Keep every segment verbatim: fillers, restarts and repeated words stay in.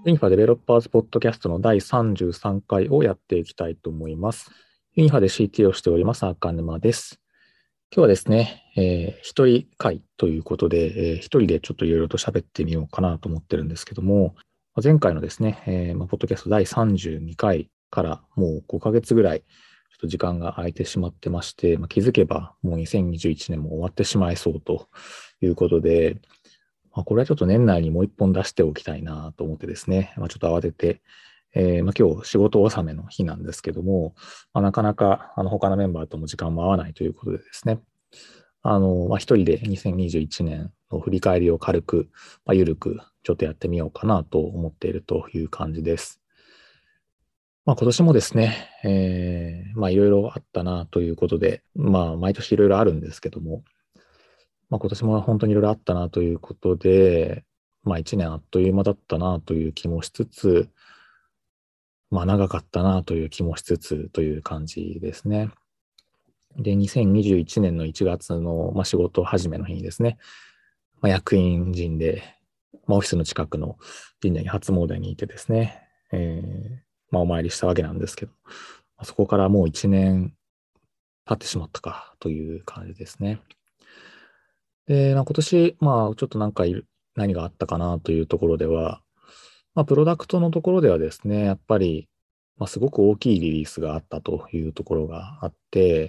ユニファデベロッパーズポッドキャストのだいさんじゅうさんかいをやっていきたいと思います。ユニファで シーティー をしております赤沼です。今日はですね、えー、一人会ということで、えー、一人でちょっといろいろと喋ってみようかなと思ってるんですけども、前回のですね、えーまあ、ポッドキャストだいさんじゅうにかいからもうごかげつぐらいちょっと時間が空いてしまってまして、まあ、気づけばもうにせんにじゅういちねんも終わってしまいそうということで、まあ、これはちょっと年内にもう一本出しておきたいなと思ってですね、まあ、ちょっと慌てて、えーまあ、今日仕事納めの日なんですけども、まあ、なかなかあの他のメンバーとも時間も合わないということでですね、あの、まあ、一人でにせんにじゅういちねんの振り返りを軽く、まあ、緩くちょっとやってみようかなと思っているという感じです。まあ、今年もですね、えーまあ、いろいろあったなということで、まあ、毎年いろいろあるんですけども、まあ、今年も本当にいろいろあったなということで、まあ、いちねんあっという間だったなという気もしつつ、まあ、長かったなという気もしつつという感じですね。で、にせんにじゅういちねんのいちがつの、まあ、仕事始めの日にですね、まあ、役員陣で、まあ、オフィスの近くの神社に初詣にいてですね、えーまあ、お参りしたわけなんですけど、そこからもういちねん経ってしまったかという感じですね。で、まあ、今年、まあ、ちょっとなんか何があったかなというところでは、まあ、プロダクトのところではですね、やっぱり、まあ、すごく大きいリリースがあったというところがあって、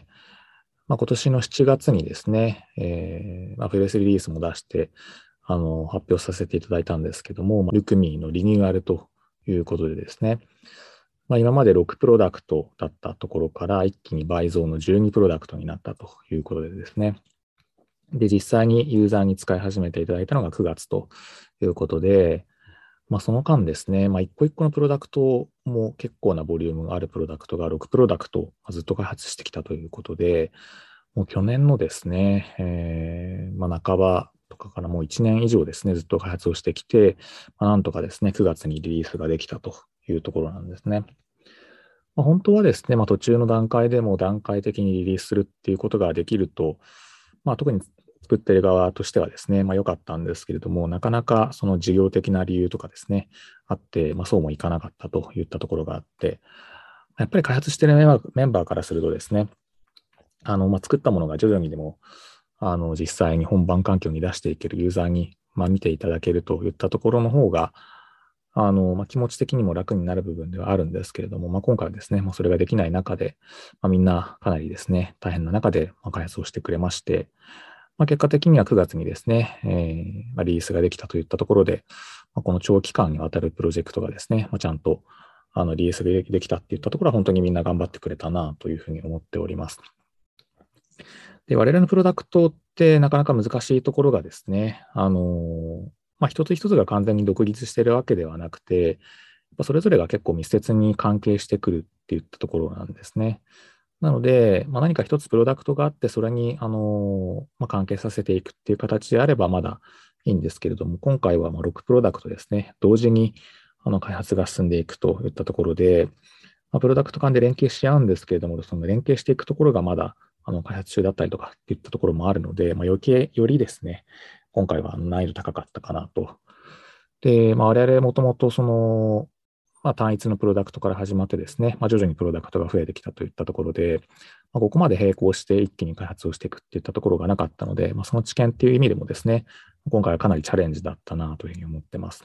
まあ、今年のしちがつにですね、えーまあ、プレスリリースも出して、あの、発表させていただいたんですけども、ルクミーのリニューアルということでですね、まあ、今までろくプロダクトだったところから一気に倍増のじゅうにプロダクトになったということでですね、で、実際にユーザーに使い始めていただいたのがくがつということで、まあ、その間ですね、まあ、一個一個のプロダクトも結構なボリュームがあるプロダクトがろくプロダクトをずっと開発してきたということで、もう去年のですね、えーまあ、半ばとかからもういちねん以上ですね、ずっと開発をしてきて、まあ、なんとかですね、くがつにリリースができたというところなんですね。まあ、本当はですね、まあ、途中の段階でも段階的にリリースするっていうことができると、まあ、特に作っている側としてはですね、まあ、良かったんですけれども、なかなかその事業的な理由とかですね、あって、まあ、そうもいかなかったといったところがあって、やっぱり開発しているメンバーメンバーからするとですね、あのまあ、作ったものが徐々にでもあの実際に本番環境に出していけるユーザーに、まあ、見ていただけるといったところの方が、あのまあ、気持ち的にも楽になる部分ではあるんですけれども、まあ、今回はですね、まあ、それができない中で、まあ、みんなかなりですね、大変な中で開発をしてくれまして、まあ、結果的にはくがつにですね、えーまあ、リリースができたといったところで、まあ、この長期間にわたるプロジェクトがですね、まあ、ちゃんとあのリリースができたっていったところは本当にみんな頑張ってくれたなというふうに思っております。で、我々のプロダクトってなかなか難しいところがですね、あの、まあ、一つ一つが完全に独立しているわけではなくて、それぞれが結構密接に関係してくるっていったところなんですね。なので、まあ、何か一つプロダクトがあって、それに、あのまあ、関係させていくっていう形であればまだいいんですけれども、今回はまあろくプロダクトですね、同時にあの開発が進んでいくといったところで、まあ、プロダクト間で連携し合うんですけれども、その連携していくところがまだあの開発中だったりとかっていったところもあるので、まあ、余計よりですね、今回は難易度高かったかなと。で、まあ、我々もともとその、まあ、単一のプロダクトから始まってですね、まあ、徐々にプロダクトが増えてきたといったところで、まあ、ここまで並行して一気に開発をしていくっていったところがなかったので、まあ、その知見っていう意味でもですね、今回はかなりチャレンジだったなというふうに思ってます。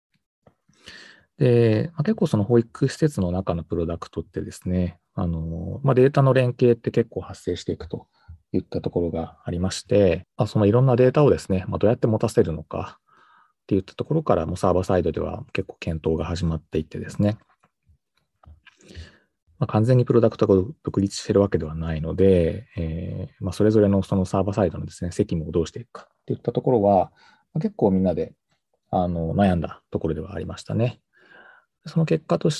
で、まあ、結構その保育施設の中のプロダクトってですね、あのまあ、データの連携って結構発生していくといったところがありまして、まあ、そのいろんなデータをですね、まあ、どうやって持たせるのかっていったところからもうサーバーサイドでは結構検討が始まっていってですね、まあ、完全にプロダクトが独立しているわけではないので、えーまあ、それぞれのそのサーバーサイドのですね、責務をどうしていくかっていったところは、まあ、結構みんなであの悩んだところではありましたね。その結果として、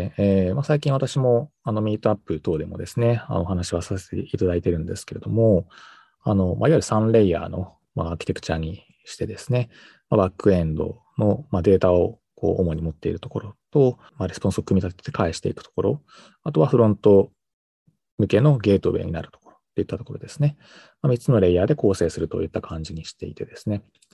えーまあ、最近私もあのミートアップ等でもですね、あのお話はさせていただいているんですけれども、あのまあ、いわゆるさんレイヤーの、まあ、アーキテクチャにしてですね、まあ、バックエンドの、まあ、データをこう主に持っているところと、まあ、レスポンスを組み立てて返していくところ、あとはフロント向けのゲートウェイになるところといったところですね。まあ、みっつのレイヤーで構成するといった感じにしていてですね。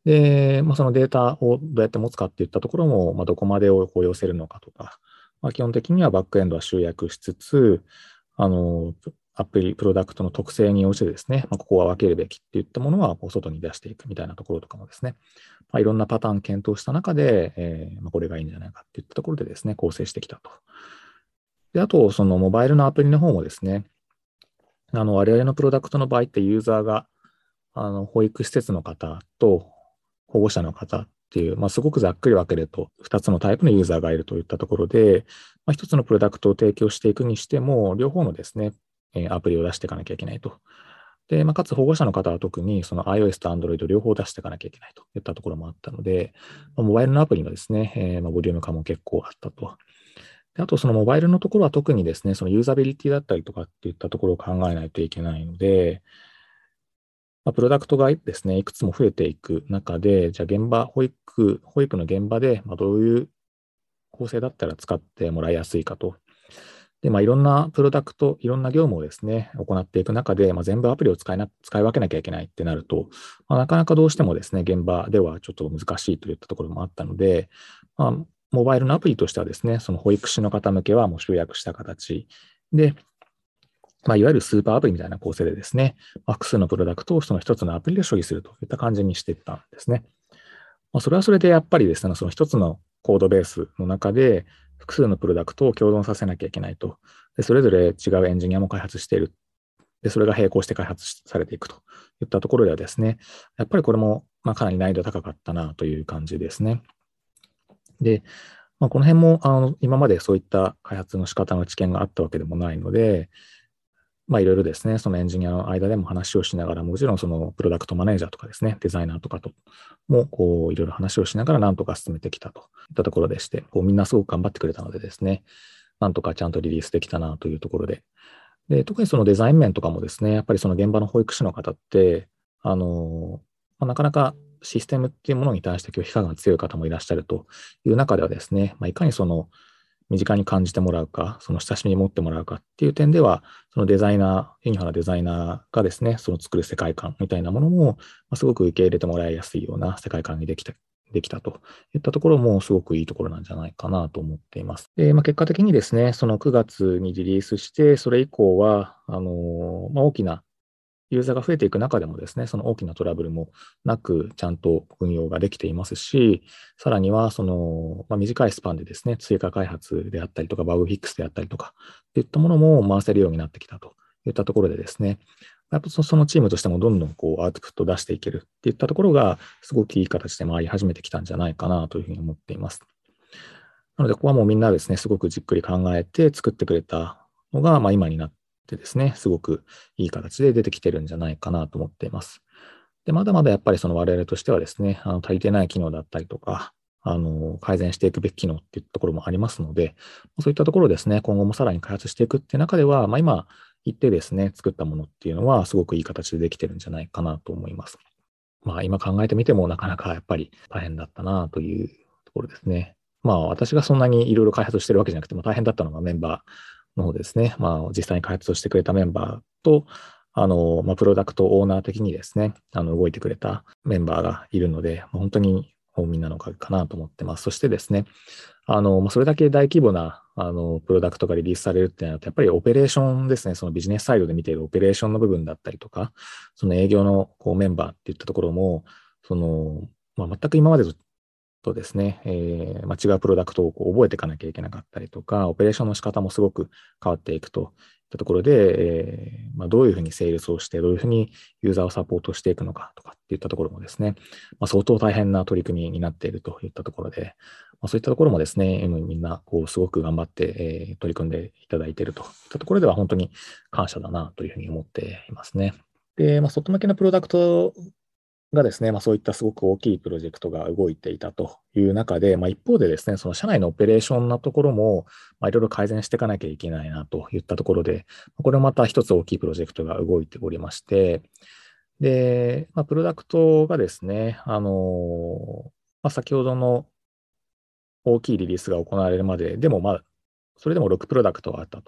で、まあ、そのデータをどうやって持つかっていったところも、まあ、どこまでをこう寄せるのかとか、まあ、基本的にはバックエンドは集約しつつ、あの、アプリ、プロダクトの特性に応じてですね、まあ、ここは分けるべきっていったものはこう外に出していくみたいなところとかもですね、まあ、いろんなパターン検討した中で、えーまあ、これがいいんじゃないかっていったところでですね、構成してきたと。で、あと、そのモバイルのアプリの方もですね、あの、我々のプロダクトの場合ってユーザーが、あの、保育施設の方と保護者の方っていう、まあ、すごくざっくり分けると、ふたつのタイプのユーザーがいるといったところで、まあ、ひとつのプロダクトを提供していくにしても、両方のですね、えーアプリを出していかなきゃいけないと。で、まあ、かつ保護者の方は特にその iOS と Android 両方出していかなきゃいけないといったところもあったので、まあ、モバイルのアプリのですね、えーまあ、ボリューム化も結構あったと。であと、そのモバイルのところは特にですね、そのユーザビリティだったりとかっていったところを考えないといけないので、まあ、プロダクトがですね、いくつも増えていく中で、じゃあ現場、保育、保育の現場で、まあ、どういう構成だったら使ってもらいやすいかと。で、まあ、いろんなプロダクト、いろんな業務をですね、行っていく中で、まあ、全部アプリを使いな、使い分けなきゃいけないってなると、まあ、なかなかどうしてもですね、現場ではちょっと難しいといったところもあったので、まあ、モバイルのアプリとしてはですね、その保育士の方向けはもう集約した形で、まあ、いわゆるスーパーアプリみたいな構成でですね、まあ、複数のプロダクトをその一つのアプリで処理するといった感じにしていったんですね。まあ、それはそれでやっぱりですね、その一つのコードベースの中で複数のプロダクトを共存させなきゃいけないと。でそれぞれ違うエンジニアも開発している。で、それが並行して開発されていくといったところではですね、やっぱりこれもまあかなり難易度高かったなという感じですね。で、まあ、この辺もあの今までそういった開発の仕方の知見があったわけでもないので、まあ、いろいろですね、そのエンジニアの間でも話をしながら、もちろんそのプロダクトマネージャーとかですね、デザイナーとかとも、こう、いろいろ話をしながらなんとか進めてきたといったところでして、こうみんなすごく頑張ってくれたのでですね、なんとかちゃんとリリースできたなというところで。で、特にそのデザイン面とかもですね、やっぱりその現場の保育士の方って、あの、まあ、なかなかシステムっていうものに対して拒否感が強い方もいらっしゃるという中ではですね、まあ、いかにその身近に感じてもらうか、その親しみに持ってもらうかっていう点では、そのデザイナー、ユニファのデザイナーがですね、その作る世界観みたいなものも、まあ、すごく受け入れてもらいやすいような世界観にできた、できたといったところもすごくいいところなんじゃないかなと思っています。で、まあ、結果的にですね、そのくがつにリリースして、それ以降は、あのまあ、大きなユーザーが増えていく中でもですね、その大きなトラブルもなく、ちゃんと運用ができていますし、さらには、その、まあ、短いスパンでですね、追加開発であったりとか、バグフィックスであったりとか、といったものも回せるようになってきたといったところでですね、やっぱそのチームとしてもどんどんこうアウトプットを出していけるっていったところが、すごくいい形で回り始めてきたんじゃないかなというふうに思っています。なので、ここはもうみんなですね、すごくじっくり考えて作ってくれたのが、まあ、今になってですね、すごくいい形で出てきてるんじゃないかなと思っています。で、まだまだやっぱりその我々としてはですね、あの足りてない機能だったりとか、あの改善していくべき機能っていうところもありますので、そういったところですね、今後もさらに開発していくっていう中では、まあ、今言ってですね、作ったものっていうのはすごくいい形でできてるんじゃないかなと思います。まあ今考えてみてもなかなかやっぱり大変だったなというところですね。まあ私がそんなにいろいろ開発してるわけじゃなくて、まあ、大変だったのがメンバーの方ですね。まあ実際に開発をしてくれたメンバーと、あの、まあ、プロダクトオーナー的にですね、あの動いてくれたメンバーがいるので、本当にみんなのおかげかなと思ってます。そしてですね、あの、まあ、それだけ大規模な、あの、プロダクトがリリースされるっていうのは、やっぱりオペレーションですね、そのビジネスサイドで見ているオペレーションの部分だったりとか、その営業のこうメンバーっていったところも、その、まあ、全く今までとですね、えーまあ、違うプロダクトをこう覚えていかなきゃいけなかったりとか、オペレーションの仕方もすごく変わっていくといったところで、えーまあ、どういうふうにセールスをして、どういうふうにユーザーをサポートしていくのかとかっていったところもですね、まあ、相当大変な取り組みになっているといったところで、まあ、そういったところもですね、みんなこうすごく頑張って、えー取り組んでいただいているといったところでは本当に感謝だなというふうに思っていますね。で、まあ、外向けのプロダクトがですね、まあ、そういったすごく大きいプロジェクトが動いていたという中で、まあ、一方でですね、その社内のオペレーションのところも、まあ、いろいろ改善していかなきゃいけないなといったところで、これもまた一つ大きいプロジェクトが動いておりまして、で、まあ、プロダクトがですね、あのまあ、先ほどの大きいリリースが行われるまで、でもまあ、それでもろくプロダクトがあったと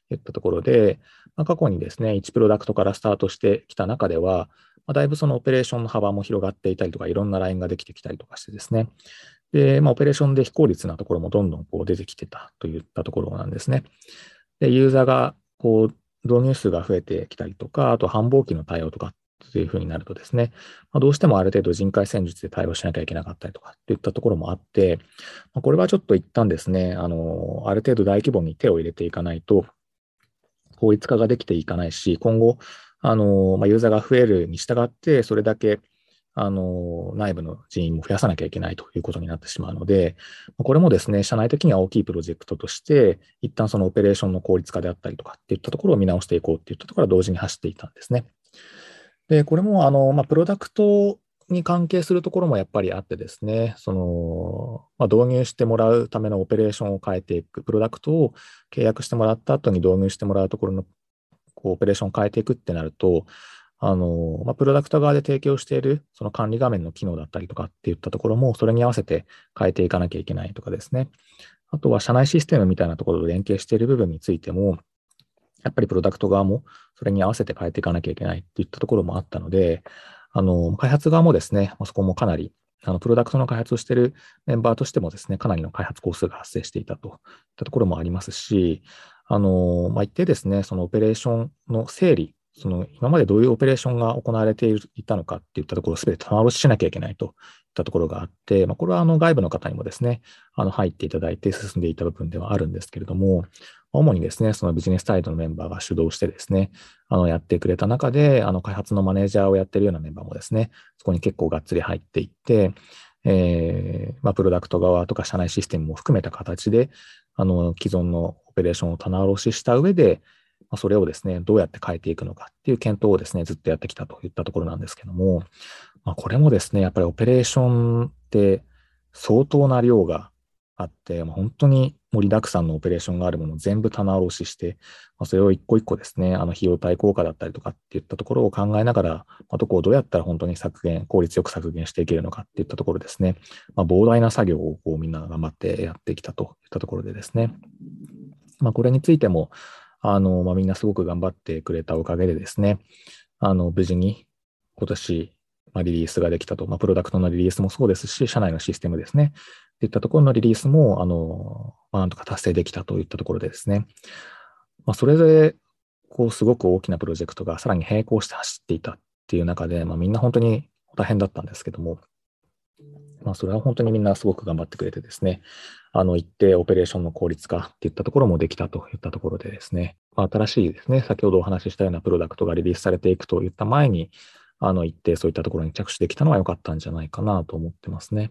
いったところで、まあ、過去にですね、いちプロダクトからスタートしてきた中では、まあ、だいぶそのオペレーションの幅も広がっていたりとか、いろんなラインができてきたりとかしてですね、で、まあ、オペレーションで非効率なところもどんどんこう出てきてたといったところなんですね。で、ユーザーがこう導入数が増えてきたりとか、あと繁忙期の対応とかっていうふうになるとですね、まあ、どうしてもある程度人海戦術で対応しなきゃいけなかったりとかっていったところもあって、まあ、これはちょっと一旦ですね、あの、ある程度大規模に手を入れていかないと、効率化ができていかないし、今後、あの、まあ、ユーザーが増えるに従って、それだけ、あの、内部の人員も増やさなきゃいけないということになってしまうので、これもですね、社内的には大きいプロジェクトとして、一旦そのオペレーションの効率化であったりとかっていったところを見直していこうっていったところは同時に走っていたんですね。で、これも、あの、まあ、プロダクトに関係するところもやっぱりあってですね、その、まあ、導入してもらうためのオペレーションを変えていく、プロダクトを契約してもらった後に導入してもらうところのこうオペレーションを変えていくってなると、あの、まあ、プロダクト側で提供しているその管理画面の機能だったりとかっていったところも、それに合わせて変えていかなきゃいけないとかですね。あとは社内システムみたいなところと連携している部分についても、やっぱりプロダクト側もそれに合わせて変えていかなきゃいけないっていったところもあったので、あの、開発側もですね、そこもかなり、あの、プロダクトの開発をしているメンバーとしてもですね、かなりの開発工数が発生していたといったところもありますし、あの、まあ、一定ですね、そのオペレーションの整理、その今までどういうオペレーションが行われていたのかっていったところをすべて棚卸ししなきゃいけないといったところがあって、まあ、これはあの外部の方にもですね、あの入っていただいて進んでいた部分ではあるんですけれども、主にですね、そのビジネスサイドのメンバーが主導してですね、あのやってくれた中で、あの開発のマネージャーをやっているようなメンバーもですね、そこに結構がっつり入っていって、えーまあ、プロダクト側とか社内システムも含めた形で、あの既存のオペレーションを棚卸しした上で、まあ、それをですね、どうやって変えていくのかっていう検討をですね、ずっとやってきたといったところなんですけども、まあ、これもですね、やっぱりオペレーションって相当な量があって、まあ、本当に盛りだくさんのオペレーションがあるものを全部棚卸しして、まあ、それを一個一個ですね、あの費用対効果だったりとかっていったところを考えながら、まあ、どこをどうやったら本当に削減、効率よく削減していけるのかっていったところですね、まあ、膨大な作業をこうみんな頑張ってやってきたといったところでですね、まあ、これについても、あの、まあ、みんなすごく頑張ってくれたおかげでですね、あの、無事に今年、まあ、リリースができたと、まあ、プロダクトのリリースもそうですし、社内のシステムですね、といったところのリリースも、あの、まあ、なんとか達成できたといったところでですね、まあ、それぞれ、こう、すごく大きなプロジェクトがさらに並行して走っていたっていう中で、まあ、みんな本当に大変だったんですけども、まあ、それは本当にみんなすごく頑張ってくれてですね、あの、一定オペレーションの効率化っていったところもできたといったところでですね、まあ、新しいですね、先ほどお話ししたようなプロダクトがリリースされていくといった前に、あの、一定そういったところに着手できたのは良かったんじゃないかなと思ってますね。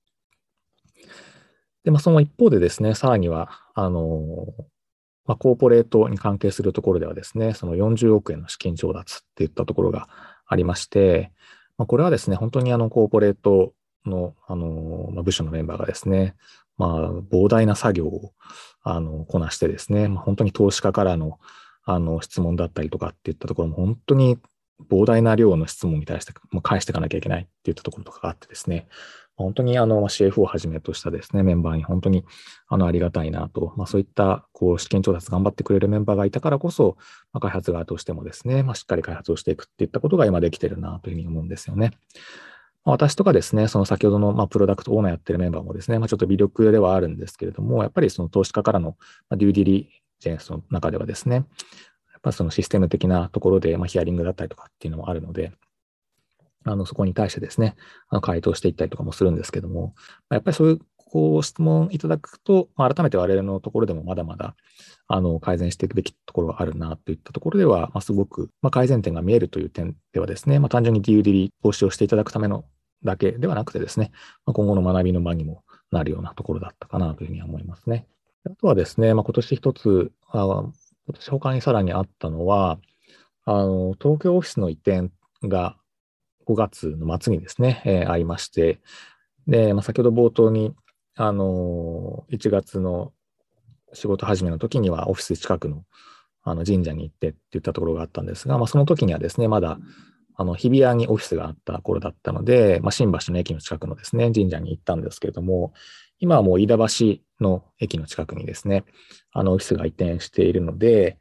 で、まあ、その一方でですね、さらには、あの、まあ、コーポレートに関係するところではですね、そのよんじゅうおくえんの資金調達っていったところがありまして、まあ、これはですね、本当にあの、コーポレートの、あの、まあ、部署のメンバーがですね、まあ、膨大な作業を、あの、こなしてですね、まあ、本当に投資家からの、あの、質問だったりとかっていったところも、本当に膨大な量の質問に対して、もう返していかなきゃいけないっていったところとかがあってですね、本当にあの シーエフオー をはじめとしたですね、メンバーに本当にあのありがたいなと、まあ、そういったこう資金調達頑張ってくれるメンバーがいたからこそ、まあ、開発側としてもですね、まあ、しっかり開発をしていくっていったことが今できてるなというふうに思うんですよね。まあ、私とかですね、その先ほどのまあプロダクトオーナーやってるメンバーもですね、まあ、ちょっと微力ではあるんですけれども、やっぱりその投資家からのデューディリジェンスの中ではですね、やっぱりそのシステム的なところでまあヒアリングだったりとかっていうのもあるので、あの、そこに対してですね、あの回答していったりとかもするんですけども、やっぱりそういう、こう、質問いただくと、まあ、改めて我々のところでもまだまだ、あの、改善していくべきところがあるな、といったところでは、まあ、すごく、まあ、改善点が見えるという点ではですね、まあ、単純に デューディリ投資をしていただくためのだけではなくてですね、まあ、今後の学びの場にもなるようなところだったかなというふうに思いますね。あとはですね、まあ、今年一つ、あ今年他にさらにあったのは、あの、東京オフィスの移転が、ごがつの末にですね、えー、ありまして、で、まあ、先ほど冒頭に、あのー、いちがつの仕事始めの時にはオフィス近くの、あの神社に行ってって言ったところがあったんですが、まあ、その時にはですね、まだあの日比谷にオフィスがあった頃だったので、まあ、新橋の駅の近くのですね、神社に行ったんですけれども、今はもう飯田橋の駅の近くにですね、あのオフィスが移転しているので、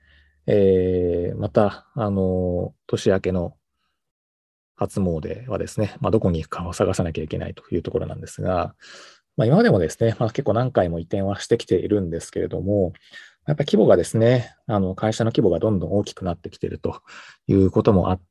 えーまた、あの、年明けの初詣はですね、まあ、どこに行くかを探さなきゃいけないというところなんですが、まあ、今までもですね、まあ、結構何回も移転はしてきているんですけれども、やっぱり規模がですね、あの会社の規模がどんどん大きくなってきているということもあって、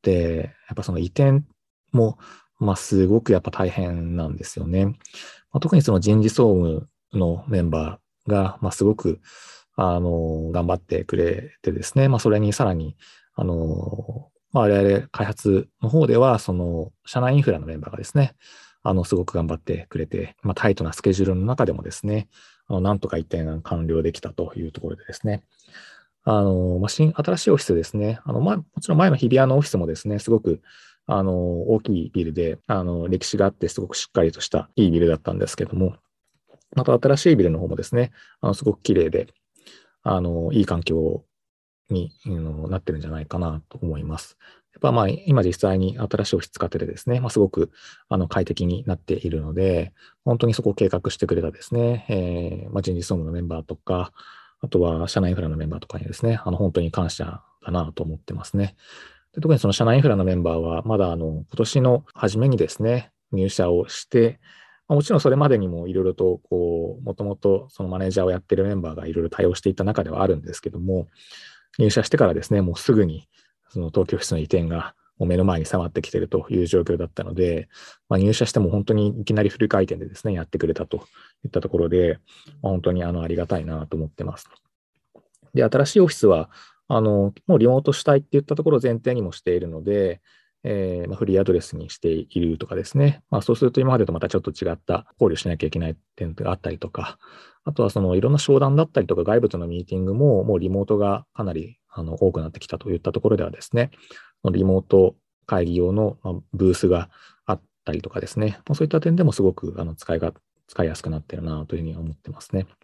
やっぱその移転も、まあ、すごくやっぱ大変なんですよね。まあ、特にその人事総務のメンバーが、まあ、すごくあの頑張ってくれてですね、まあ、それにさらにあのまあ、我々開発の方では、その社内インフラのメンバーがですね、あのすごく頑張ってくれて、まあ、タイトなスケジュールの中でもですね、あのなんとか一点完了できたというところでですね、あのまあ、新新しいオフィスですね、あのまあ、もちろん前の日比谷のオフィスもですね、すごくあの大きいビルで、あの歴史があって、すごくしっかりとしたいいビルだったんですけども、また新しいビルの方もですね、あのすごく綺麗で、あのいい環境になってるんじゃないかなと思います。やっぱまあ今実際に新しいオフィス使っててですね、まあ、すごくあの快適になっているので、本当にそこを計画してくれたですね、えーまあ、人事総務のメンバーとか、あとは社内インフラのメンバーとかにですね、あの本当に感謝だなと思ってますね。で特にその社内インフラのメンバーは、まだあの今年の初めにですね、入社をして、もちろんそれまでにもいろいろと、こう、もともとそのマネージャーをやってるメンバーがいろいろ対応していた中ではあるんですけども、入社してからですね、もうすぐにその東京オフィスの移転がもう目の前に迫ってきているという状況だったので、まあ、入社しても本当にいきなりフル回転でですね、やってくれたといったところで、まあ、本当にあのありがたいなと思ってます。で、新しいオフィスは、あのもうリモートしたいっていったところを前提にもしているので、えーまあ、フリーアドレスにしているとかですね、まあ、そうすると今までとまたちょっと違った考慮しなきゃいけない点があったりとか、あとはそのいろんな商談だったりとか外部とのミーティングももうリモートがかなりあの多くなってきたといったところではですね、リモート会議用のブースがあったりとかですね、そういった点でもすごくあの使いが使いやすくなっているなというふうに思ってますね。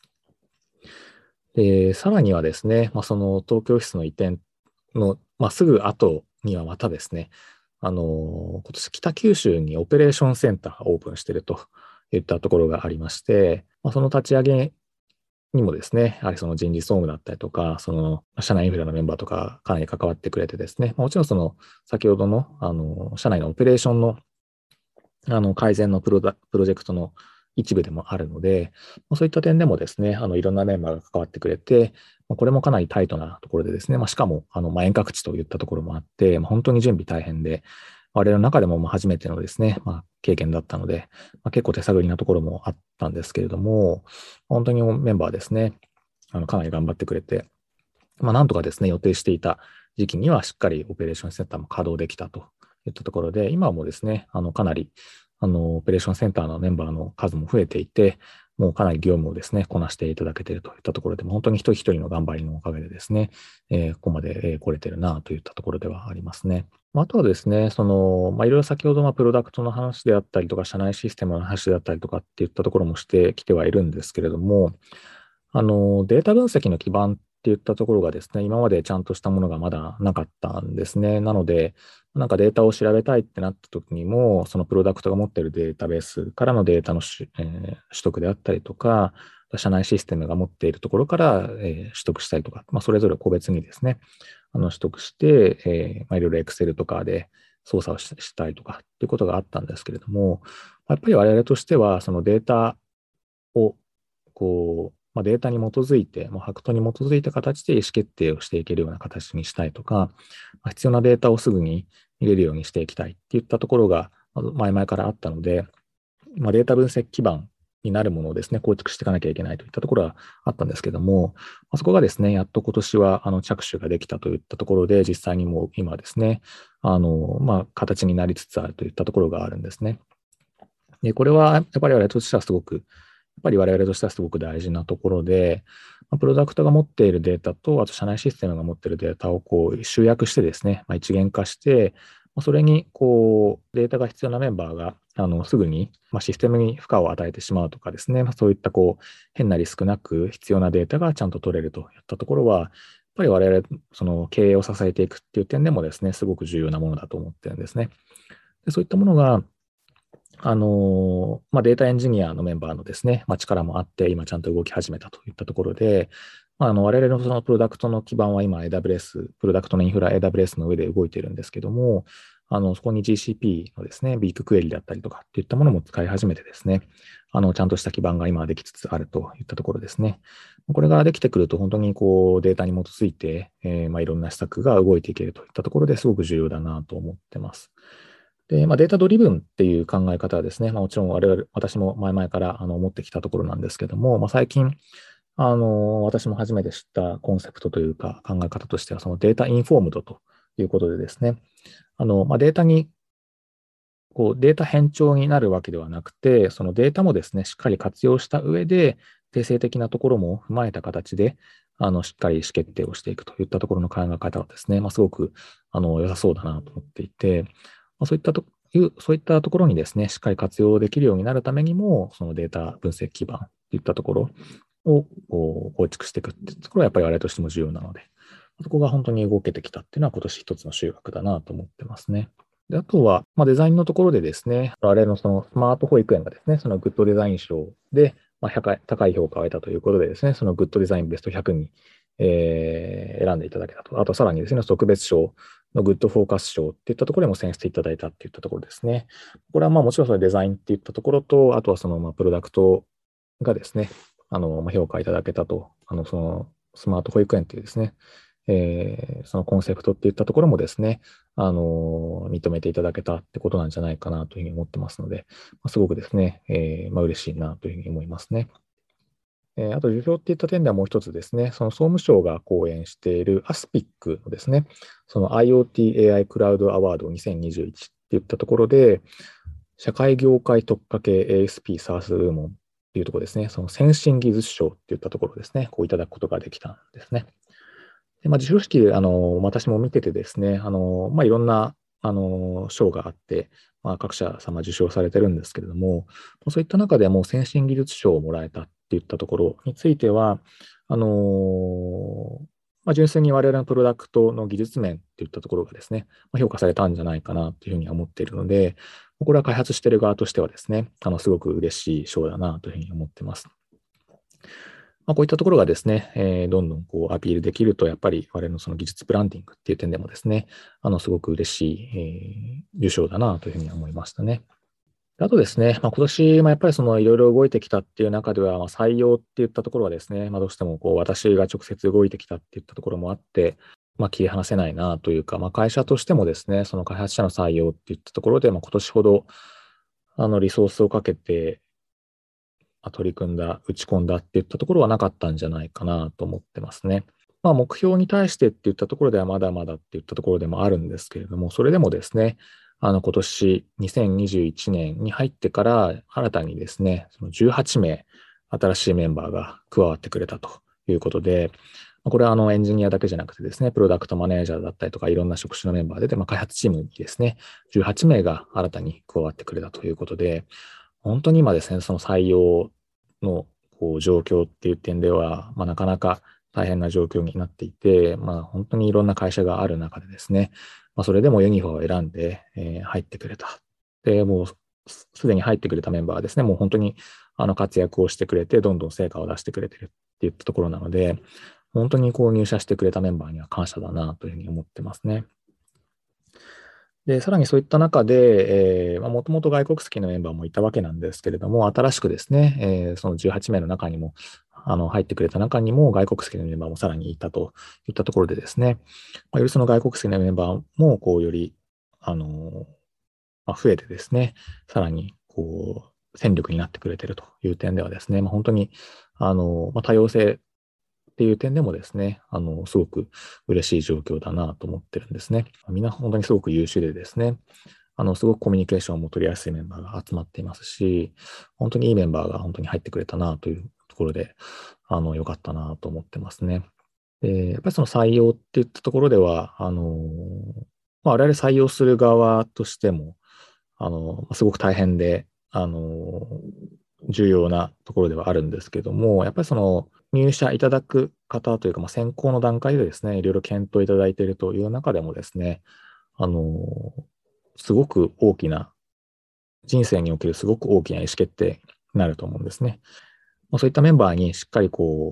で、さらにはですね、まあ、その東京オフィスの移転の、まあ、すぐ後にはまたですね、あの今年北九州にオペレーションセンターがオープンしているといったところがありまして、まあ、その立ち上げにもですね、やはりその人事総務だったりとか、その社内インフラのメンバーとかかなり関わってくれてですね、もちろんその先ほどのあの社内のオペレーションのあの改善のプロダプロジェクトの一部でもあるので、そういった点でもですね、あのいろんなメンバーが関わってくれて、これもかなりタイトなところでですね、まあ、しかもあの、まあ、遠隔地といったところもあって、まあ、本当に準備大変で、我々の中でもまあ初めてのですね、まあ、経験だったので、まあ、結構手探りなところもあったんですけれども、本当にメンバーですね、あのかなり頑張ってくれて、まあ、なんとかですね、予定していた時期にはしっかりオペレーションセンターも稼働できたといったところで、今はもうですね、あのかなりあのオペレーションセンターのメンバーの数も増えていて、もうかなり業務をですね、こなしていただけているといったところで、本当に一人一人の頑張りのおかげでですね、えー、ここまで来れてるなといったところではありますね。あとはですね、その、まあ、いろいろ先ほどのプロダクトの話であったりとか、社内システムの話であったりとかっていったところもしてきてはいるんですけれども、あの、データ分析の基盤っていったところがですね、今までちゃんとしたものがまだなかったんですね。なので、なんかデータを調べたいってなった時にも、そのプロダクトが持っているデータベースからのデータのし、えー取得であったりとか、社内システムが持っているところから、えー取得したりとか、まあ、それぞれ個別にですね、あの取得して、えーまあ、いろいろ Excel とかで操作をしたりとかっていうことがあったんですけれども、やっぱり我々としては、そのデータをこう、まあ、データに基づいて、もうファクトに基づいた形で意思決定をしていけるような形にしたいとか、まあ、必要なデータをすぐに見れるようにしていきたいっていったところが前々からあったので、まあ、データ分析基盤になるものをですね、構築していかなきゃいけないといったところはあったんですけども、まあ、そこがですね、やっと今年はあの着手ができたといったところで、実際にもう今ですね、あの、まあ、形になりつつあるといったところがあるんですね。で、これはやっぱり我々としてはすごく、やっぱり我々としてはすごく大事なところで、プロダクトが持っているデータと、あと社内システムが持っているデータをこう集約してですね、まあ、一元化して、それにこうデータが必要なメンバーがあのすぐに、まあ、システムに負荷を与えてしまうとかですね、まあ、そういったこう変なリスクなく必要なデータがちゃんと取れるといったところは、やっぱり我々その経営を支えていくっていう点でもですね、すごく重要なものだと思ってるんですね。でそういったものがあのまあ、データエンジニアのメンバーのですね、まあ、力もあって、今ちゃんと動き始めたといったところで、 まあ、あの我々のそのプロダクトの基盤は今 エーダブリューエス、プロダクトのインフラ エーダブリューエス の上で動いているんですけども、あのそこに ジーシーピー のですね、ビッグクエリだったりとかっていったものも使い始めてですね、あのちゃんとした基盤が今できつつあるといったところですね。これができてくると本当にこうデータに基づいて、えーまあ、いろんな施策が動いていけるといったところですごく重要だなと思ってます。で、まあ、データドリブンっていう考え方はですね、まあ、もちろん我々、私も前々からあの思ってきたところなんですけども、まあ、最近、あの、私も初めて知ったコンセプトというか考え方としては、そのデータインフォームドということでですね、あの、まあ、データに、こう、データ変調になるわけではなくて、そのデータもですね、しっかり活用した上で、定性的なところも踏まえた形で、あの、しっかり意思決定をしていくといったところの考え方はですね、まあ、すごく、あの、良さそうだなと思っていて、まあ、そういったという、そういったところにですね、しっかり活用できるようになるためにも、そのデータ分析基盤といったところをこう構築していくっていうところはやっぱり我々としても重要なので、そこが本当に動けてきたっていうのは今年一つの収穫だなと思ってますね。であとは、まあ、デザインのところでですね、我々のそのスマート保育園がですね、そのグッドデザイン賞で、まあ、高い高い評価を得たということでですね、そのグッドデザインベストひゃくに、えー選んでいただけたと。あとさらにですね、特別賞のグッドフォーカス賞っていったところでも選出いただいたっていったところですね。これはまあもちろんそのデザインっていったところと、あとはそのまあプロダクトがですね、あのまあ評価いただけたと、あのそのスマート保育園っていうですね、えーそのコンセプトっていったところもですね、あの認めていただけたってことなんじゃないかなというふうに思ってますので、まあ、すごくですね、えーまあ、嬉しいなというふうに思いますね。えーあと、受賞っていった点ではもう一つですね、その総務省が講演している アスピック のですね、その IoT-エーアイ クラウドアワードにせんにじゅういちっていったところで、社会業界特化系 エーエスピー サース部門っていうところですね、その先進技術賞っていったところですね、こういただくことができたんですね。でまあ、授賞式、あの、私も見ててですね、あの、まあ、いろんな、あの、賞があって、まあ、各社様受賞されてるんですけれども、そういった中でも先進技術賞をもらえたっていったところについては、あの、まあ、純粋に我々のプロダクトの技術面っていったところがですね、まあ、評価されたんじゃないかなというふうに思っているので、これは開発している側としてはですね、あの、すごく嬉しい賞だなというふうに思ってます。まあ、こういったところがですね、えーどんどんこうアピールできると、やっぱり我々のその技術ブランディングっていう点でもですね、あの、すごく嬉しい、えー受賞だなというふうに思いましたね。あとですね、まあ、今年、まあ、やっぱりそのいろいろ動いてきたっていう中では、まあ、採用っていったところはですね、まあ、どうしてもこう私が直接動いてきたっていったところもあって、まあ、切り離せないなというか、まあ、会社としてもですね、その開発者の採用っていったところで、まあ、今年ほどあのリソースをかけて、取り組んだ、打ち込んだっていったところはなかったんじゃないかなと思ってますね。まあ、目標に対してっていったところではまだまだっていったところでもあるんですけれども、それでもですね、あの今年にせんにじゅういちねんに入ってから新たにですね、そのじゅうはちめい新しいメンバーが加わってくれたということで、これはあのエンジニアだけじゃなくてですね、プロダクトマネージャーだったりとかいろんな職種のメンバーで、まあ、開発チームにですね、じゅうはちめいが新たに加わってくれたということで、本当に今ですね、その採用のこう状況っていう点では、まあ、なかなか大変な状況になっていて、まあ、本当にいろんな会社がある中でですね、まあ、それでもユニフォーを選んで、えー入ってくれた。で、もうすすでに入ってくれたメンバーはですね、もう本当にあの活躍をしてくれて、どんどん成果を出してくれてるっていったところなので、本当にこう入社してくれたメンバーには感謝だなというふうに思ってますね。で、さらにそういった中で、えーまあ、もともと外国籍のメンバーもいたわけなんですけれども、新しくですね、えーそのじゅうはちめいの中にも、あの入ってくれた中にも外国籍のメンバーもさらにいたといったところでですね、まあ、よりその外国籍のメンバーも、こう、より、あのまあ、増えてですね、さらに、こう、戦力になってくれているという点ではですね、まあ、本当に、あのまあ、多様性っていう点でもですね、あの、すごく嬉しい状況だなと思ってるんですね。みんな本当にすごく優秀でですね、あの、すごくコミュニケーションも取りやすいメンバーが集まっていますし、本当にいいメンバーが本当に入ってくれたなというところで、あの、良かったなと思ってますね。で、やっぱりその採用っていったところでは、あの、まあ、我々採用する側としても、あの、すごく大変で、あの、重要なところではあるんですけども、やっぱりその入社いただく方というか、まあ、選考の段階でですね、いろいろ検討いただいているという中でもですね、あの、すごく大きな、人生におけるすごく大きな意思決定になると思うんですね。まあ、そういったメンバーにしっかりこう、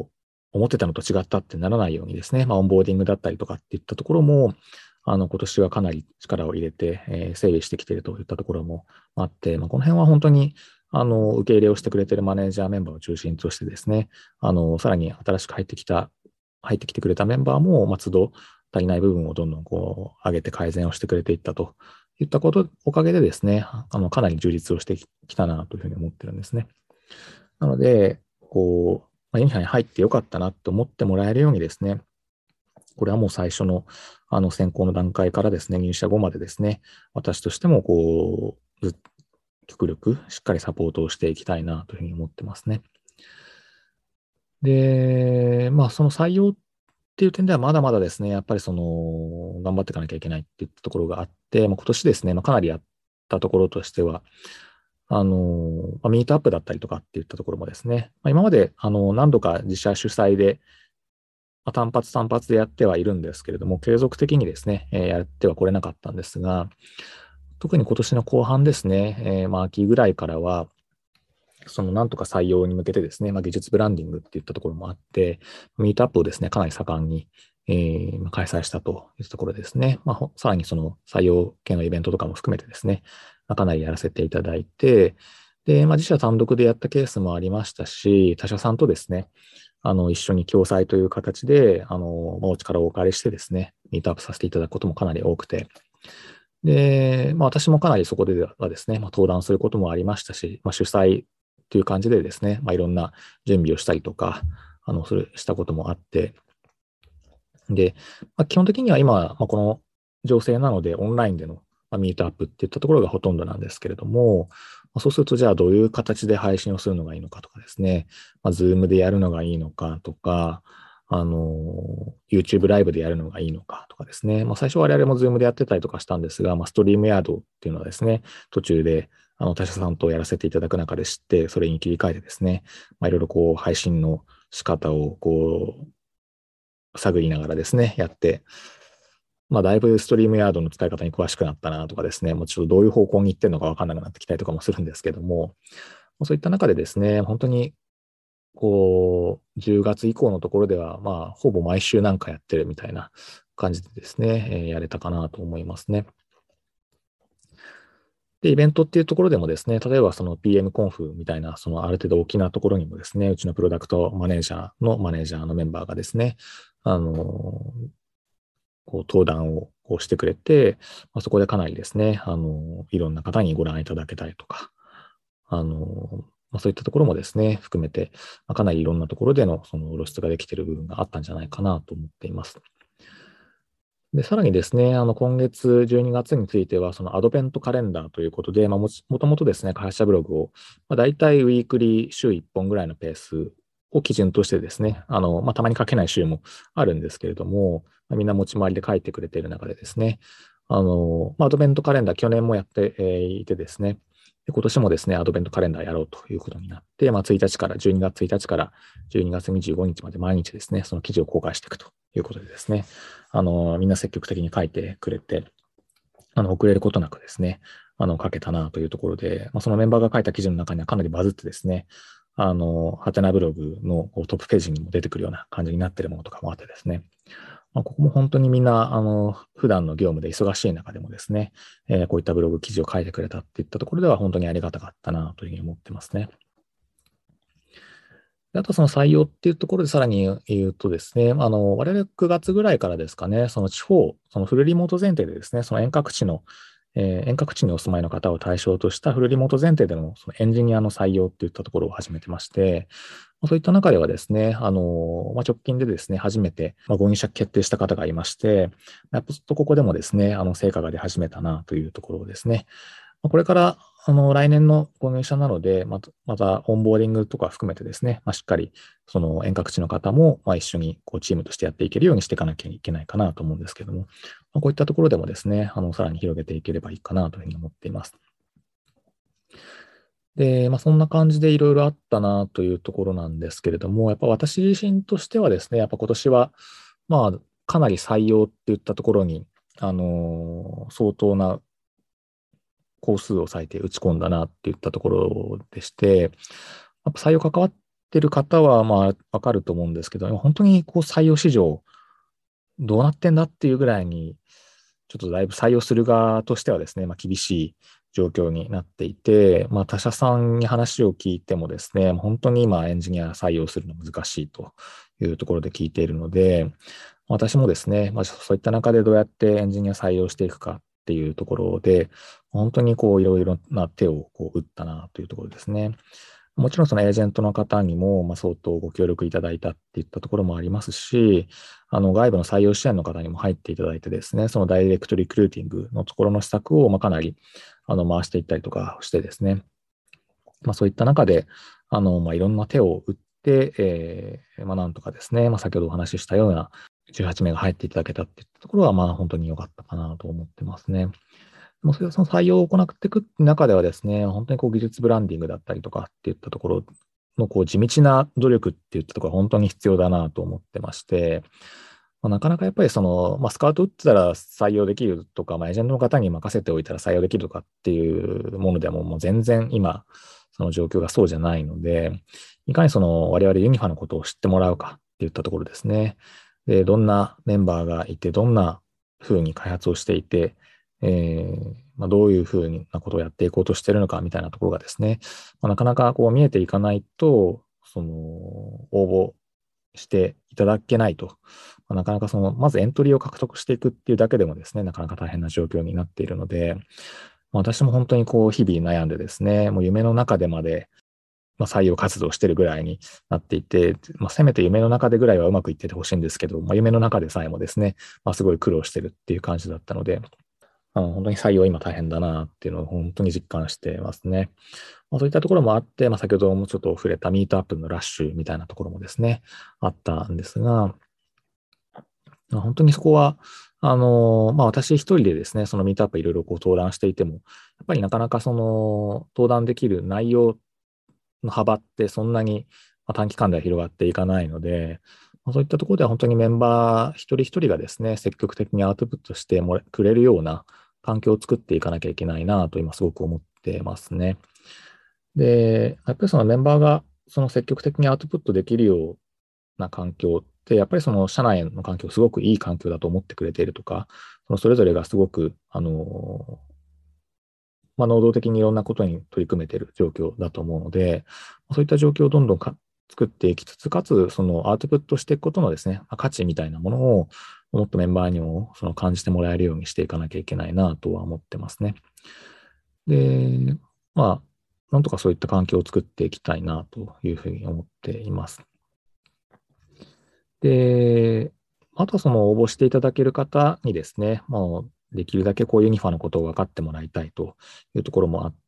思ってたのと違ったってならないようにですね、まあ、オンボーディングだったりとかっていったところも、あの、今年はかなり力を入れて、えー整備してきているといったところもあって、まあ、この辺は本当に、あの、受け入れをしてくれているマネージャーメンバーを中心としてですね、あの、さらに新しく入ってきた、入ってきてくれたメンバーも、まあ、都度足りない部分をどんどんこう、上げて改善をしてくれていったといったこと、おかげでですね、あの、かなり充実をしてきたなというふうに思ってるんですね。なので、こう、まあ、ユニハに入ってよかったなと思ってもらえるようにですね、これはもう最初のあの選考の段階からですね、入社後までですね、私としてもこう、極力しっかりサポートをしていきたいなというふうに思ってますね。で、まあその採用っていう点ではまだまだですね、やっぱりその、頑張っていかなきゃいけないっていったところがあって、まあ、今年ですね、まあ、かなりやったところとしては、あの、まあ、ミートアップだったりとかっていったところもですね、まあ、今まであの何度か自社主催で、まあ、単発単発でやってはいるんですけれども、継続的にですね、えーやってはこれなかったんですが、特に今年の後半ですね、えーまあ、秋ぐらいからは、そのなんとか採用に向けてですね、まあ、技術ブランディングっていったところもあって、ミートアップをですね、かなり盛んに、えーまあ開催したというところですね。まあ、さらにその採用系のイベントとかも含めてですね、まあ、かなりやらせていただいて、で、まあ、自社単独でやったケースもありましたし、他社さんとですね、あの、一緒に共催という形で、あの、まあお力をお借りしてですね、ミートアップさせていただくこともかなり多くて、で、まあ、私もかなりそこではですね、まあ、登壇することもありましたし、まあ、主催という感じでですね、まあ、いろんな準備をしたりとか、あの、それしたこともあって、で、まあ、基本的には今、まあ、この情勢なので、オンラインでのまあミートアップっていったところがほとんどなんですけれども、まあそうすると、じゃあどういう形で配信をするのがいいのかとかですね、まあ、Zoom でやるのがいいのかとか、あの、YouTube ライブでやるのがいいのかとかですね、まあ、最初我々も Zoom でやってたりとかしたんですが、まあ、ストリームヤードっていうのはですね、途中であの他社さんとやらせていただく中で知って、それに切り替えてですね、まあ、いろいろこう配信の仕方をこう探りながらですね、やって、まあ、だいぶストリームヤードの使い方に詳しくなったなとかですね、もうちょっとどういう方向に行ってるのか分かんなくなってきたりとかもするんですけども、そういった中でですね、本当にこう、じゅうがつ以降のところでは、まあ、ほぼ毎週なんかやってるみたいな感じでですね、えーやれたかなと思いますね。で、イベントっていうところでもですね、例えばその ピーエム コンフみたいな、そのある程度大きなところにもですね、うちのプロダクトマネージャーのマネージャーのメンバーがですね、あの、こう登壇をこうしてくれて、まあ、そこでかなりですね、あの、いろんな方にご覧いただけたりとか、あの、まあ、そういったところもですね、含めて、まあ、かなりいろんなところでのその露出ができている部分があったんじゃないかなと思っています。で、さらにですね、あの、今月じゅうにがつについては、そのアドベントカレンダーということで、まあ、もちもともとですね、会社ブログを、まあ、大体ウィークリー週いっぽんぐらいのペースを基準としてですね、あの、まあ、たまに書けない週もあるんですけれども、まあ、みんな持ち回りで書いてくれている中でですね、あの、まあ、アドベントカレンダー去年もやっていてですね、で今年もですね、アドベントカレンダーやろうということになって、まあ、ついたちから、じゅうにがつついたちからじゅうにがつにじゅうごにちまで毎日ですね、その記事を公開していくということでですね、あの、みんな積極的に書いてくれて、あの、遅れることなくですね、あの、書けたなというところで、まあ、そのメンバーが書いた記事の中にはかなりバズってですね、あの、ハテナブログのトップページにも出てくるような感じになっているものとかもあってですね、まあ、ここも本当にみんな、あの、普段の業務で忙しい中でもですね、えーこういったブログ記事を書いてくれたっていったところでは本当にありがたかったなというふうに思ってますね。であとその採用っていうところでさらに言うとですね、あの、我々くがつぐらいからですかね、その地方、そのフルリモート前提でですね、その遠隔地の、えー遠隔地にお住まいの方を対象としたフルリモート前提でのそのエンジニアの採用っていったところを始めてまして、まあそういった中ではですね、あの、まあ、直近でですね、初めて、まあ、ご入社決定した方がいまして、やっぱちょっとここでもですね、あの、成果が出始めたなというところですね。まあこれから、あの、来年のご入社なので、また、また、オンボーディングとか含めてですね、まあ、しっかり、その遠隔地の方も、まあ、一緒に、こう、チームとしてやっていけるようにしていかなきゃいけないかなと思うんですけども、まあ、こういったところでもですね、あの、さらに広げていければいいかなというふうに思っています。で、まあ、そんな感じでいろいろあったなというところなんですけれども、やっぱ私自身としてはですね、やっぱ今年は、まあ、かなり採用っていったところに、あのー相当な工数を割いて打ち込んだなっていったところでして、やっぱ採用関わってる方はまあわかると思うんですけど、本当にこう採用市場どうなってんだっていうぐらいに、ちょっとだいぶ採用する側としてはですね、まあ、厳しい状況になっていて、まあ、他社さんに話を聞いてもですね、本当に今エンジニア採用するの難しいというところで聞いているので、私もですね、まあ、そういった中でどうやってエンジニア採用していくかっていうところで、本当にこういろいろな手をこう打ったなというところですね。もちろんそのエージェントの方にもまあ相当ご協力いただいたっていったところもありますし、あの外部の採用支援の方にも入っていただいてですね、そのダイレクトリクルーティングのところの施策をまあかなりあの回していったりとかしてですね、まあ、そういった中であのまあいろんな手を打って、えーまあ、なんとかですね、まあ、先ほどお話ししたようなじゅうはちめいが入っていただけたっていったところはまあ本当に良かったかなと思ってますね。もうそれその採用を行っていく中ではですね、本当にこう技術ブランディングだったりとかっていったところのこう地道な努力っていったところが本当に必要だなと思ってまして、まあ、なかなかやっぱりその、まあ、スカウト打ってたら採用できるとか、まあ、エージェントの方に任せておいたら採用できるとかっていうものでももう全然今、その状況がそうじゃないので、いかにその我々ユニファのことを知ってもらうかっていったところですね。で、どんなメンバーがいて、どんな風に開発をしていて、えーまあ、どういうふうなことをやっていこうとしているのかみたいなところがですね、まあ、なかなかこう見えていかないと、その応募していただけないと、まあ、なかなかその、まずエントリーを獲得していくっていうだけでもですね、なかなか大変な状況になっているので、まあ、私も本当にこう日々悩んでですね、もう夢の中でまで、まあ、採用活動してるぐらいになっていて、まあ、せめて夢の中でぐらいはうまくいっててほしいんですけど、まあ、夢の中でさえもですね、まあ、すごい苦労してるっていう感じだったので、あの本当に採用今大変だなっていうのを本当に実感してますね。まあ、そういったところもあって、まあ、先ほどもちょっと触れたミートアップのラッシュみたいなところもですね、あったんですが、まあ本当にそこは、あの、まあ、私一人でですね、そのミートアップいろいろこう登壇していても、やっぱりなかなかその登壇できる内容の幅ってそんなに短期間では広がっていかないので、まあそういったところでは本当にメンバー一人一人がですね、積極的にアウトプットしてもらくれるような環境を作っていかなきゃいけないなと今すごく思ってますね。で、やっぱりそのメンバーがその積極的にアウトプットできるような環境って、やっぱりその社内の環境、すごくいい環境だと思ってくれているとか、そのそれぞれがすごく、あの、まあ、能動的にいろんなことに取り組めている状況だと思うので、そういった状況をどんどんか作っていきつつ、かつ、そのアウトプットしていくことのですね、まあ価値みたいなものを、もっとメンバーにもその感じてもらえるようにしていかなきゃいけないなとは思ってますね。で、まあ、なんとかそういった環境を作っていきたいなというふうに思っています。で、あとはその応募していただける方にですね、もうできるだけこうユニファのことを分かってもらいたいというところもあって、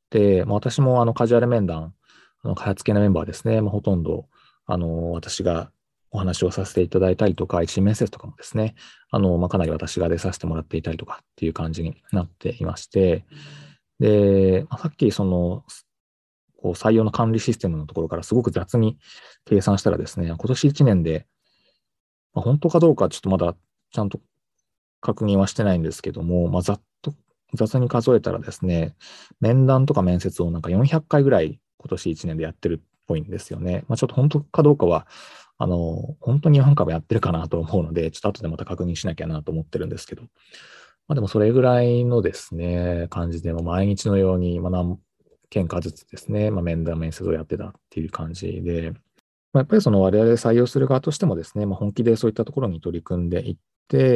まあ、私もあのカジュアル面談、あの開発系のメンバーですね、まあ、ほとんどあの私がお話をさせていただいたりとか、一面接とかもですね、あのまあ、かなり私が出させてもらっていたりとかっていう感じになっていまして、で、まあ、さっきそのこう採用の管理システムのところからすごく雑に計算したらですね、今年いちねんでまあ、本当かどうかちょっとまだちゃんと確認はしてないんですけども、まあ、ざっと雑に数えたらですね、面談とか面接をなんかよんひゃっかいぐらい今年いちねんでやってるっぽいんですよね。まあ、ちょっと本当かどうかは、あの、本当によんかいもやってるかなと思うので、ちょっと後でまた確認しなきゃなと思ってるんですけど、まあ、でもそれぐらいのですね、感じで、まあ毎日のように、まあ、何件かずつですね、まあ、面談、面接をやってたっていう感じで、まあ、やっぱりその我々採用する側としてもですね、まあ、本気でそういったところに取り組んでいって、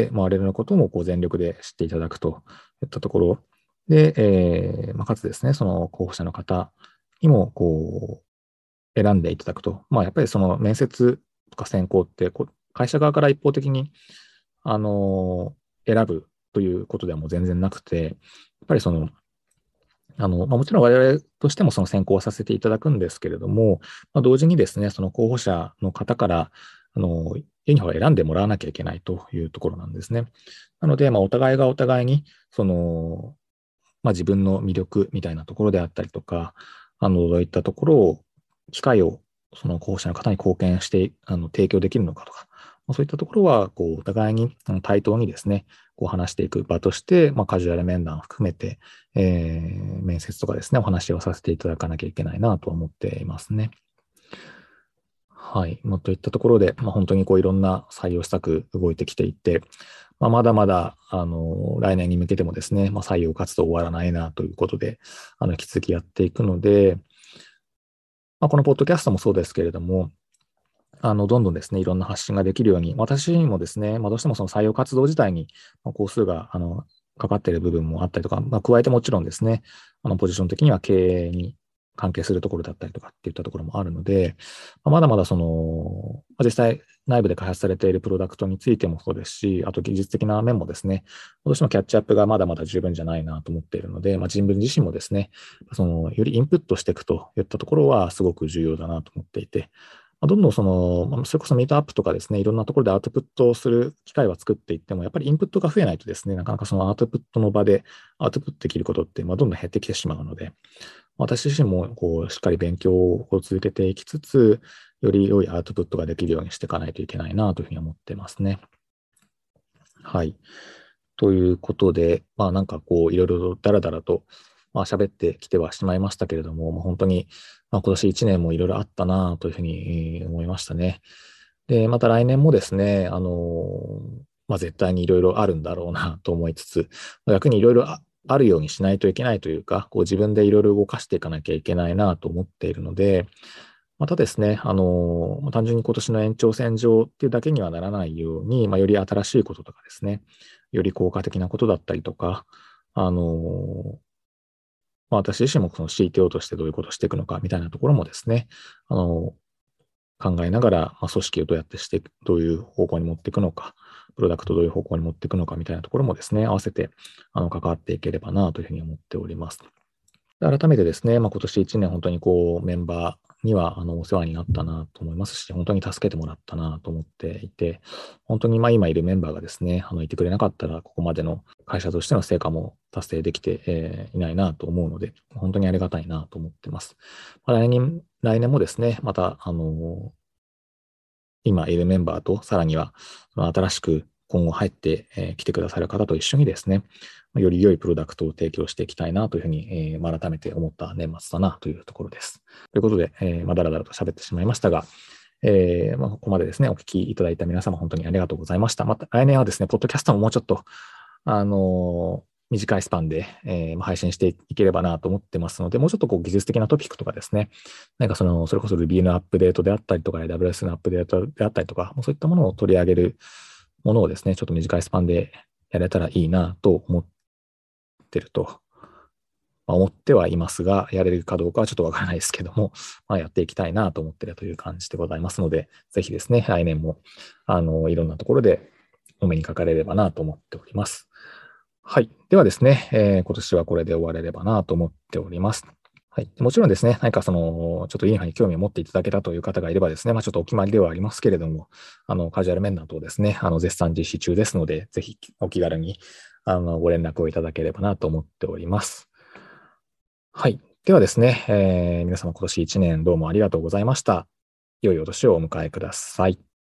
まあ、我々のこともこう全力で知っていただくといったところで、えーまあ、かつですね、その候補者の方にもこう選んでいただくと、まあ、やっぱりその面接とか選考ってこう会社側から一方的にあの選ぶということではもう全然なくて、やっぱりそのあのまあ、もちろん我々としてもその選考をさせていただくんですけれども、まあ、同時にですね、その候補者の方からあのユニフォームを選んでもらわなきゃいけないというところなんですね。なので、まあ、お互いがお互いにその、まあ、自分の魅力みたいなところであったりとか、あのどういったところを、機会をその候補者の方に貢献してあの提供できるのかとか、まあ、そういったところはこうお互いに対等にですね、こう話していく場として、まあ、カジュアル面談を含めて、えー、面接とかですね、お話をさせていただかなきゃいけないなと思っていますね。 はい。まあ、といったところで、まあ、本当にこういろんな採用施策動いてきていて、まあ、まだまだ、あの、来年に向けてもですね、まあ、採用活動終わらないなということで、あの、引き続きやっていくので、まあ、このポッドキャストもそうですけれども、あの、どんどんですね、いろんな発信ができるように、私自身もですね、まあ、どうしてもその採用活動自体に、まあ、工数が、あの、かかっている部分もあったりとか、まあ、加えてもちろんですね、あの、ポジション的には経営に関係するところだったりとかっていったところもあるので、まあ、まだまだその、まあ、実際内部で開発されているプロダクトについてもそうですし、あと技術的な面もですね、どうしてもキャッチアップがまだまだ十分じゃないなと思っているので、まあ、自分自身もですね、その、よりインプットしていくといったところはすごく重要だなと思っていて、まあどんどんその、それこそミートアップとかですね、いろんなところでアウトプットをする機会は作っていっても、やっぱりインプットが増えないとですね、なかなかそのアウトプットの場でアウトプットできることって、まあ、どんどん減ってきてしまうので、私自身もこうしっかり勉強を続けていきつつ、より良いアウトプットができるようにしていかないといけないなというふうに思ってますね。はい。ということで、まあなんかこういろいろとダラダラとまあ喋ってきてはしまいましたけれども、まあ、本当にまあ今年いちねんもいろいろあったなというふうに思いましたね。で、また来年もですね、あの、まあ絶対にいろいろあるんだろうなと思いつつ、逆にいろいろあるようにしないといけないというか、こう自分でいろいろ動かしていかなきゃいけないなと思っているので、またですね、あの、単純に今年の延長線上っていうだけにはならないように、まあ、より新しいこととかですね、より効果的なことだったりとか、あの、まあ、私自身もその シーティーオー としてどういうことをしていくのかみたいなところもですね、あの、考えながら、まあ、組織をどうやってしていく、どういう方向に持っていくのか、プロダクトをどういう方向に持っていくのかみたいなところもですね、合わせてあの関わっていければなというふうに思っております。で改めてですね、まあ、今年いちねん本当にこうメンバーにはあのお世話になったなと思いますし、本当に助けてもらったなと思っていて、本当にまあ今いるメンバーがですね、あのいてくれなかったら、ここまでの会社としての成果も達成できて、えーいないなと思うので、本当にありがたいなと思ってます。まあ、来年、来年もですね、また、あの今いるメンバーと、さらには新しく今後入ってきてくださる方と一緒にですね、より良いプロダクトを提供していきたいなというふうに、えー、改めて思った年末だなというところです。ということで、えーまあ、だらだらと喋ってしまいましたが、えーまあ、ここまでですね、お聞きいただいた皆様、本当にありがとうございました。また来年はですね、ポッドキャストももうちょっと、あのー短いスパンで、えー、配信していければなと思ってますので、もうちょっとこう技術的なトピックとかですね、なんかその、それこそ Ruby のアップデートであったりとか、エーダブリューエス のアップデートであったりとか、そういったものを取り上げるものをですね、ちょっと短いスパンでやれたらいいなと思ってると、まあ、思ってはいますが、やれるかどうかはちょっとわからないですけども、まあ、やっていきたいなと思っているという感じでございますので、ぜひですね、来年も、あの、いろんなところでお目にかかれればなと思っております。はい。ではですね、えー今年はこれで終われればなと思っております。はい。もちろんですね、何かその、ちょっとインハに興味を持っていただけたという方がいればですね、まあちょっとお決まりではありますけれども、あの、カジュアル面談等ですね、あの、絶賛実施中ですので、ぜひお気軽に、あの、ご連絡をいただければなと思っております。はい。ではですね、えー皆様今年いちねんどうもありがとうございました。良いお年をお迎えください。